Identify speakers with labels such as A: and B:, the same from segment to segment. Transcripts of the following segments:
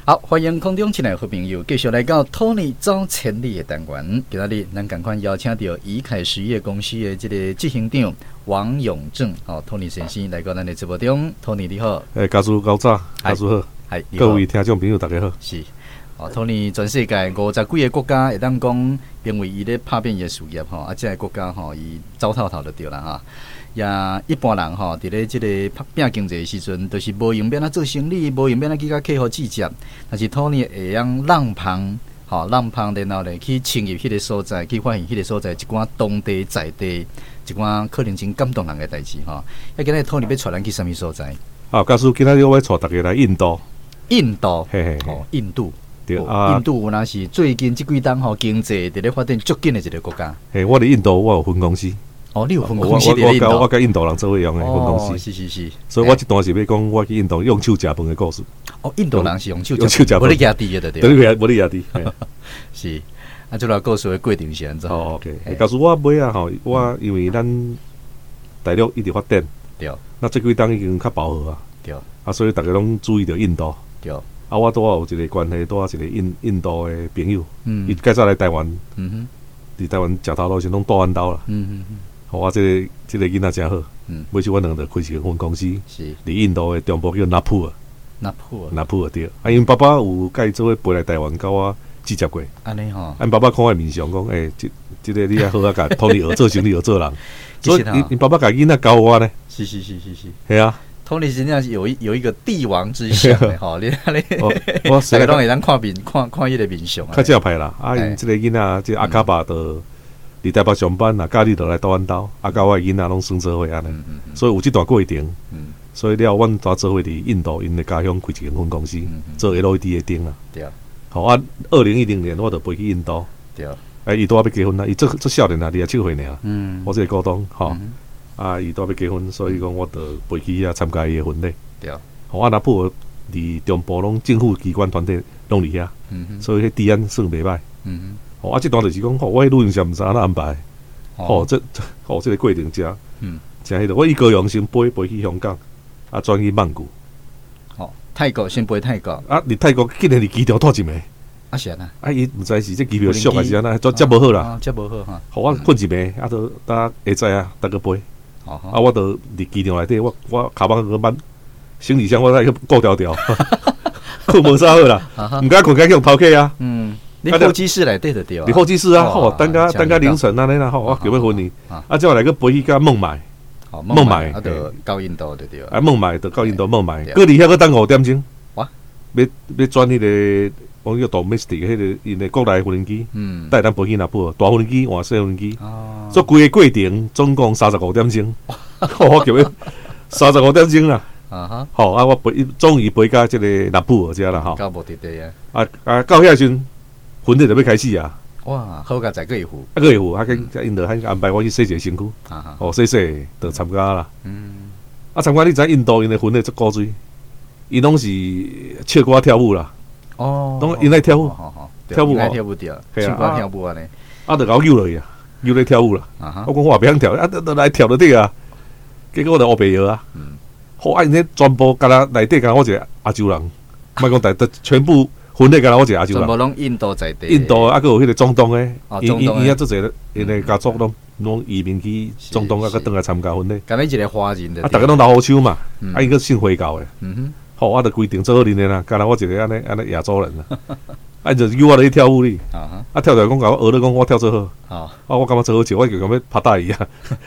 A: 好，欢迎空中亲爱的好朋友，继续来到托尼走千里的单元。今日咱赶快邀请到宜凯实业公司的这个执行长王永正托尼先生来到咱的直播中。托尼你好，
B: 家属高早，家属好，各位听众朋友大家好。
A: 是托尼全世界50几个国家会当讲，因为伊咧拍片的事业这个国家伊走透透就对啦哈。也一般人伫咧即个拍拼经济的时阵，就是无用变做生意，无用变去甲客户计价。但是托尼会用浪旁，然后咧去侵入迄个所在，去发现迄个所在一寡当地在地一寡可能真感动人的代志今日托尼要带咱去什么所在？
B: 假使今日我要带大家来印度。
A: 印度，
B: 嘿，
A: 印度。
B: 对
A: 印度有那是最近这几档经济伫咧发展足紧的一个国家。
B: 我伫印度我有分公司。
A: 你有分公司伫印度？
B: 我甲印度人做伙用的分公司。
A: 是。
B: 所以我这段是要讲我去印度用手食饭的故事。
A: 印度人是用手
B: 食饭，
A: 无咧压低的对。
B: 对，无咧压低。
A: 是，这个故事的过程是安怎
B: ？OK，假使我买我因为咱大陆一直发展，
A: 对，
B: 那这几档已经较饱和啊，
A: 对，
B: 所以大家拢注意到印度，
A: 对。
B: 我拄有一个关系，拄一个印度的朋友，伊介绍来台湾，伫台湾食头路先拢大弯刀啦，我这个囡仔真好，每次我两个开一个分公司，是伫印度的中部叫纳普尔对，因爸爸有介做陪来台湾，甲我记接过，
A: 安尼吼，
B: 爸爸看我面相讲，这个你还好甲托尼学做生意学做人，所以因爸爸甲囡仔教我呢，
A: 是，
B: 系啊。
A: 托尼真正是有一个帝王之相的
B: 我
A: 大家拢会当看伊个面相，
B: 较正派啦。因这个囡仔，这阿卡巴的伫台北上班，假日就来倒弯刀，甲我囡仔拢算做伙安尼，所以有这段过程。所以了，阮抓做伙伫印度，因的家乡开一间分公司，做 LED 的灯啦。对。2010年我就飞去印度。对。伊拄要结婚啦，伊做少年啊，27岁尔。我这个股东，伊拄要结婚，所以讲我就飞去遐参加伊的婚礼。对。那普伫中部拢政府机关团体拢伫遐，所以迄治安算袂歹。这段就是讲，我迄旅行社毋知安怎安排。这个过程真迄个，我以高雄先飞去香港，转去曼谷。
A: 泰国先飞泰国。
B: 伫泰国竟然伫机场拖一暝。
A: 是安
B: 那。伊毋知是这机票俗还是安那，接无好啦。
A: 接无好哈。
B: 我困一暝，都等下载搭个飞。我就伫机场内底，我卡邦个班行李箱，我来顾条条，困无啥好啦，毋敢困，敢用头客啊。
A: 你候机室内底就对啊。
B: 你候机室啊，等甲凌晨安尼啦，我叫要婚礼，之后来个飞去甲孟买，
A: 孟买就到印度就对啊。
B: 孟买就到印度孟买，过伫遐个等5点钟。哇！要转迄个。我叫 domestic 迄个因的国内无人机，带咱飞去那部大无人机换小无人机，所以规个过程总共35点钟，我叫要35点钟啦。我终于飞到这个那部遮啦，
A: 到目的地啊。
B: 到遐时阵，婚礼就要开始啊。
A: 哇，好个在个一户，
B: 跟因着安排我去洗一个身躯，洗就参加啦。参加你知印度因的婚礼足古锥，伊拢是唱歌跳舞啦。拢因来跳舞，
A: 跳舞掉，唱歌跳舞安尼，
B: 就搞扭落去啊，扭来跳舞啦。我讲我也袂晓跳，都来跳就对啊。结果我就乌白药啊。因迄全部干那内底干我一个亚洲人，莫讲全部婚礼干我一个亚洲人。
A: 全部拢印度在地。
B: 印度还有迄个中东诶，因遐做侪因诶家族拢移民去中东个倒来参加婚礼。
A: 干那一个华人的。
B: 大家拢老好手嘛，伊个信回教诶。我就规定做好恁的啦，干那我一个安尼亚洲人啦，就叫我来跳舞哩，跳出来讲甲我学了讲我跳最好，我感觉最好笑，我就感觉拍大伊啊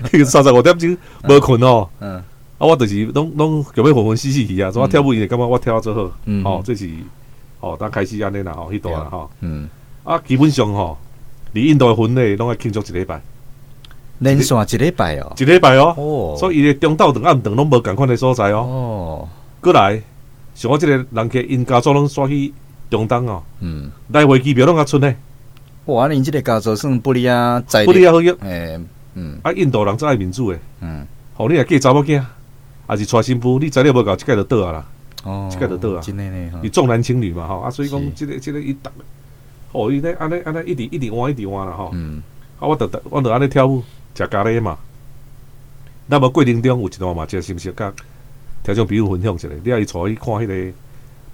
B: ，35点钟无困我就是拢叫要混死去啊，所以我跳舞伊就感觉我跳最好，这是当开始安尼啦，迄段啦基本上离印度的婚礼拢要庆祝一礼拜，
A: 连续一礼拜哦，
B: 一礼拜所以伊的中昼顿暗顿拢无共款的所在过来。像我这个人客，因家族拢刷去中东来回机票拢较出呢。
A: 哇，恁这个家族算不离啊，
B: 不离好用。印度人最爱民主诶。你若嫁查某囝，还是娶新妇，你材料无够，即个就倒啊啦。即个就倒啊。
A: 真诶呢。
B: 伊重男轻女嘛，所以讲这个伊逐，伊咧安尼一直换啦我就安尼跳舞，食咖喱嘛。那么过程中有一段嘛，真心实甲。听种比如分享一下，你爱带伊看迄个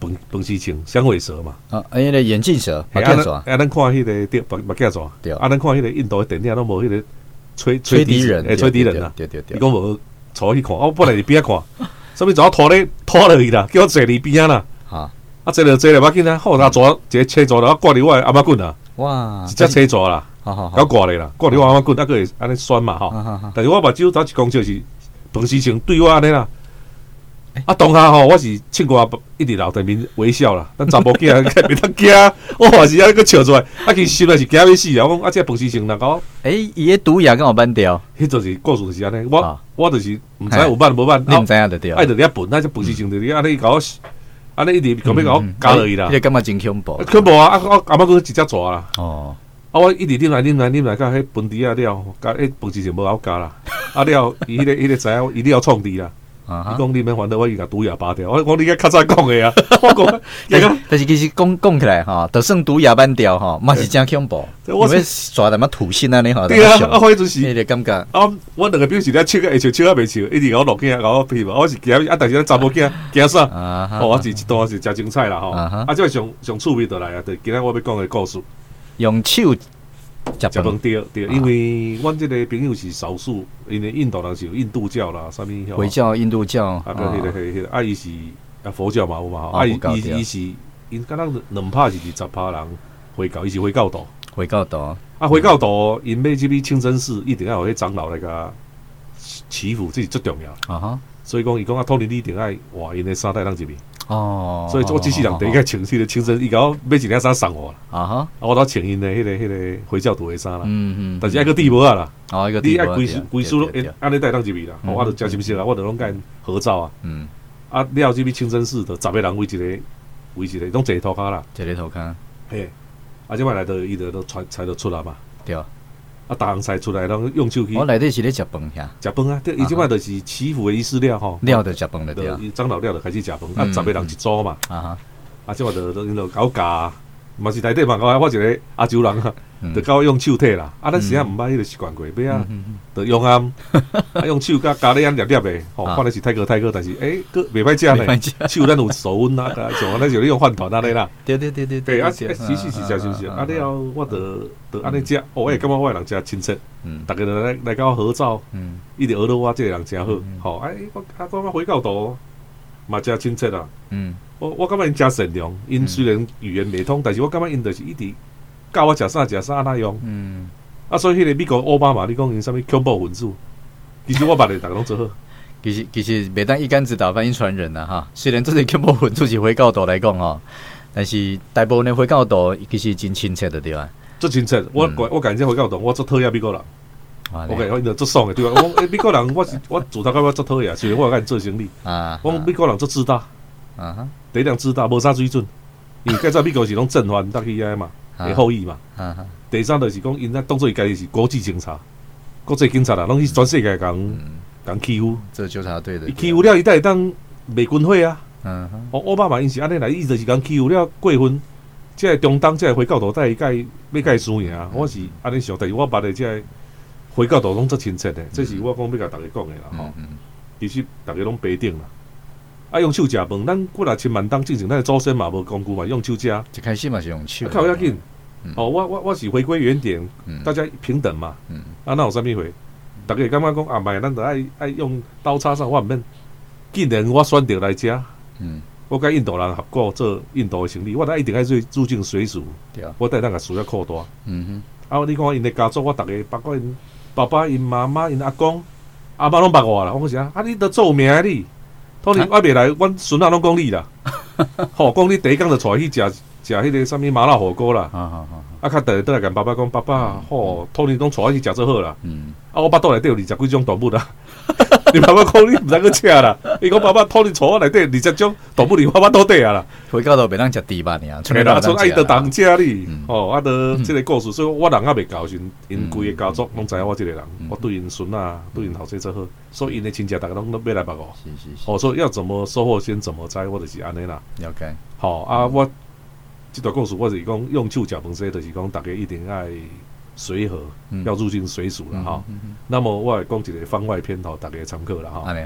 B: 饭时穿响尾蛇嘛。
A: 迄个眼镜蛇，目镜蛇。
B: 咱看迄个对目镜蛇，
A: 对。
B: 咱看迄个印度的电影，拢无迄个吹
A: 敌人，
B: 吹敌人啊。
A: 对。
B: 伊讲无坐去看，我本来伫边仔看，啥物怎拖落去啦，叫我坐伫边仔啦。啊，坐了，要紧啊，好，拿蛇一个车蛇啦，挂伫我阿妈棍啊。哇！一只车蛇啦，搞挂咧啦，挂伫我阿妈棍，还佫会安尼酸嘛吼。但是我目睭头一公尺是饭时穿对我安尼啦。当下吼，我是凊我一直留在面微笑啦。咱查某囝袂当惊，我还是还佫笑出来。其实心内是惊要死啊！我讲这饭时穿人搞，
A: 伊个毒牙敢有扳掉？
B: 迄就是故事是安尼。我就是毋知有办无办，
A: 你毋知影就对。
B: 爱着你笨，那只饭时穿着你安尼搞我，安尼一直讲要搞我加落去啦。
A: 迄个感觉真恐怖。
B: 恐怖啊！我阿妈佫一只蛇啦。哦。我一直啉来，甲迄饭底啊了，甲迄饭时穿无好加啦。了，伊迄个知影，伊了创治啦。伊讲你免烦恼，我已经甲毒牙拔掉。我讲你个较早讲的啊，我讲，
A: 但是其实讲起来哈，就算毒牙扳掉哈，嘛是真恐怖。我是抓淡仔土星安尼吼。
B: 对啊，迄阵是
A: 迄个感觉。
B: 我两个表示咧笑会笑，笑啊袂笑，一直甲我录影，甲我翕嘛。我是惊但是咱查某囝惊啥？我是一段是真精彩啦吼。这上趣味就来啊！就今仔我要讲的故事，
A: 用手。
B: 食饭对，因为阮这个朋友是少数，因为印度人是有印度教啦，啥物
A: 回教、印度教，
B: 啊，迄个，伊是佛教嘛有嘛吼，伊是因敢若2拍是20%人回教，伊是回教徒，回教徒，因要这边清真寺一定要有迄长老来甲祈福，这是最重要。所以讲，伊讲托尼你一定爱换因的衫带当入面。所以我机器人第一个穿迄个清真，伊甲我买一件衫送我啦。我都穿因的迄个回教徒的衫啦。但是爱个地无啊啦。你爱规矩拢安尼带当入面啦。我就真心实啦，我就拢甲因合照啊。了这边清真寺就10个人围一个，拢坐涂骹啦。
A: 坐咧涂骹。
B: 嘿，即摆来伊就菜就出来嘛。
A: 对。
B: 逐项菜出来，拢用手去。
A: 我内底是咧食饭遐。
B: 食饭啊，伊即摆就是祈福的仪式了吼。
A: 了就食饭了对。
B: 长老了就开始食饭，10个人一组嘛。即摆就因就搞教，嘛是内底嘛，我一个亚洲人啊，就教我用手摕啦。咱时仔毋捌迄个习惯过，尾啊，就用用手甲咖喱粒粒的，吼，看来是泰哥，但是佫袂歹食呢。手咱有手温啊，像咱就咧用饭团安尼啦。
A: 对。
B: 其实是食就是。了，我就安尼食，感觉我人真亲切。大家来甲我合照，一直学到我这个人真好。吼，我回教徒嘛真亲切啦。我感觉因真善良，因虽然语言袂通，但是我感觉因就是一直教我食啥安那用。所以迄个美国奥巴马，你讲因啥物恐怖分子，其实我捌咧，大家拢做好。
A: 其实袂当一竿子打翻一船人啊哈。虽然这些恐怖分子是回教徒来讲吼，但是大部分的回教徒其实真亲切的对吧？最
B: 亲切，我感谢回教徒，我做讨厌美国人。我因着做爽的对吧？美国人我自头到尾做讨厌，虽然我甲因做生意。我美国人做自大。第一辆自大无啥水准，因为介早美国是拢正反得去遐嘛，会好意嘛。第三就是讲，因当做伊家己是国际警察，国际警察啦，拢是全世界讲欺负。
A: 这纠察队的。
B: 欺负了，伊才会当卖军火啊。奥巴马因是安尼来，伊就是讲欺负了过分，即个中东即个回教徒带伊要甲伊输赢，我是安尼想，但是我捌的即个回教徒拢足亲切的，这是我讲要甲大家讲的啦吼。其实大家拢平等啦。用手食饭，咱过来千万当进前，咱的祖先嘛无工具嘛，用手食。
A: 一开始嘛是用手。
B: 靠要紧。我是回归原点，大家平等嘛。那有啥物回？大家感觉讲卖咱就爱用刀叉上，我毋免。既然我选择来食，我甲印度人合作做印度的生意，我一定爱入境水属。我带咱个事业扩大。你看因的家族，我大家包括因爸爸、因妈妈、因阿公、阿妈拢捌我啦。我讲啥？你都做名你。托尼我袂来，阮孙仔拢讲你啦。吼，讲你第一工就带去食迄个啥物麻辣火锅啦。较第倒来甲爸爸讲，爸爸，吼，托尼拢带我去食做好啦。我巴肚内底有20几种动物啦。你爸爸讲你毋通去食啦。伊讲爸爸，托尼带我内底20种动物，我巴肚底啊啦。
A: 回教徒袂当食猪肉尔，
B: 嘿啦，像伊着当食哩。着即个故事，所以我人也袂教，因规个家族拢知影我即个人，我对因孙啊，对因后生做好，所以因的亲戚大家拢要来捌我。所以要怎么收获，先怎么栽，我就是安尼啦。
A: 了解。
B: 我这段故事我是讲用手食饭，说就是讲大家一定爱随和，要入境随俗啦哈。那么我来讲一个番外篇，大家参考啦哈。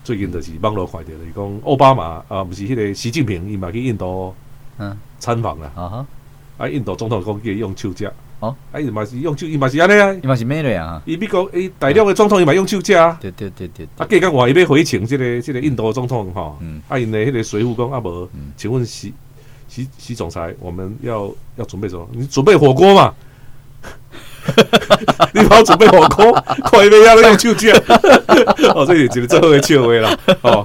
B: 最近就是网络看到的，讲奥巴马不是迄个习近平，伊嘛去印度参访啦。印度总统讲叫用手食。伊嘛是用手，伊嘛是安尼啊。
A: 伊嘛是咩嘞啊？
B: 伊美国大陆的总统伊嘛用手食啊。
A: 对。
B: 隔讲话伊要回请这个印度的总统吼。因的迄个随扈讲无，请问习总裁，我们要准备什么？你准备火锅嘛？你帮我准备火锅，看伊要用手食。这是一个最好的笑话啦。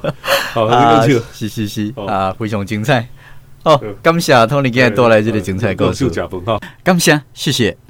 A: 是非常精彩。感谢Tony今日带来这个精彩故事。感谢，谢谢。